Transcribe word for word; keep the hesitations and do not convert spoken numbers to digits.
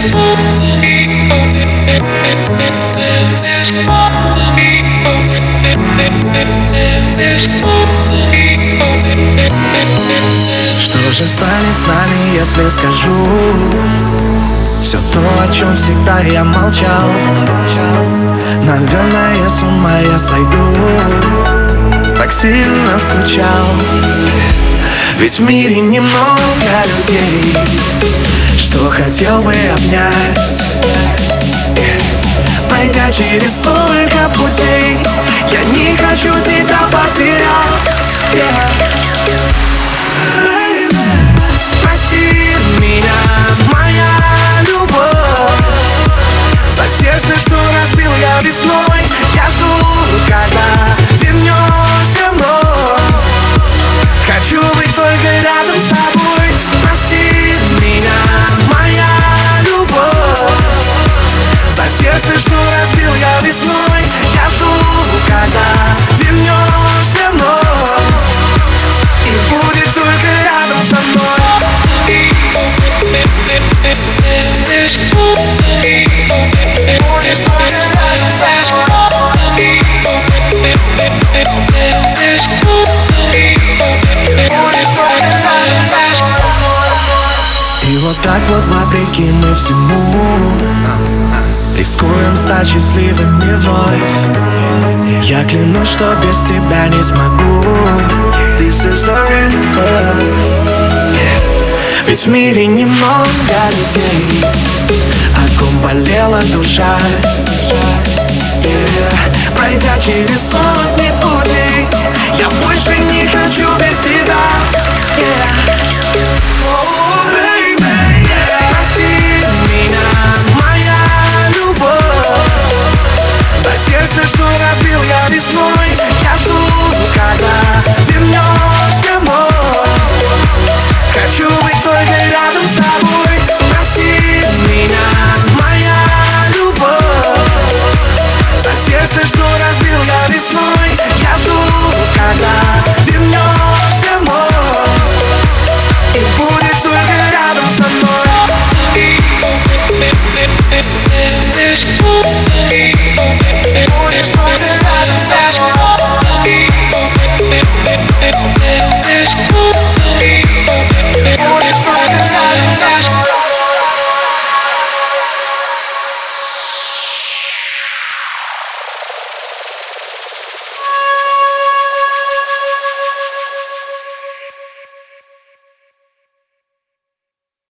Что же станет с нами, если скажу все то, о чем всегда я молчал? Наверное, с ума я сойду, так сильно скучал. Ведь в мире немного людей, что хотел бы обнять. Пройдя через столько путей, я не хочу тебя потерять. Прости меня, моя любовь, за сердце, что разбил я весной. Я жду, когда вернешься вновь. Хочу быть только рядом с тобой. Прости меня, моя любовь, за сердце, что разбил я весной. Я жду, когда вернешься вновь и будешь только рядом со мной. Будешь только рядом со мной. И вот так вот, вопреки мы всему, рискуем стать счастливыми вновь. Я клянусь, что без тебя не смогу. This is the real love. Ведь в мире немного людей, о ком болела душа. Yeah. Пройдя через сотни путей, я больше не хочу без тебя. Yeah. Oh, baby, yeah. Прости меня, моя любовь, за сердце, что разбил я весной. Я жду, когда вернешься вновь. Хочу быть только рядом с тобой. Прости меня, моя любовь, за сердце, что разбил я весной. Я жду, когда вернешься вновь и будешь только рядом со мной.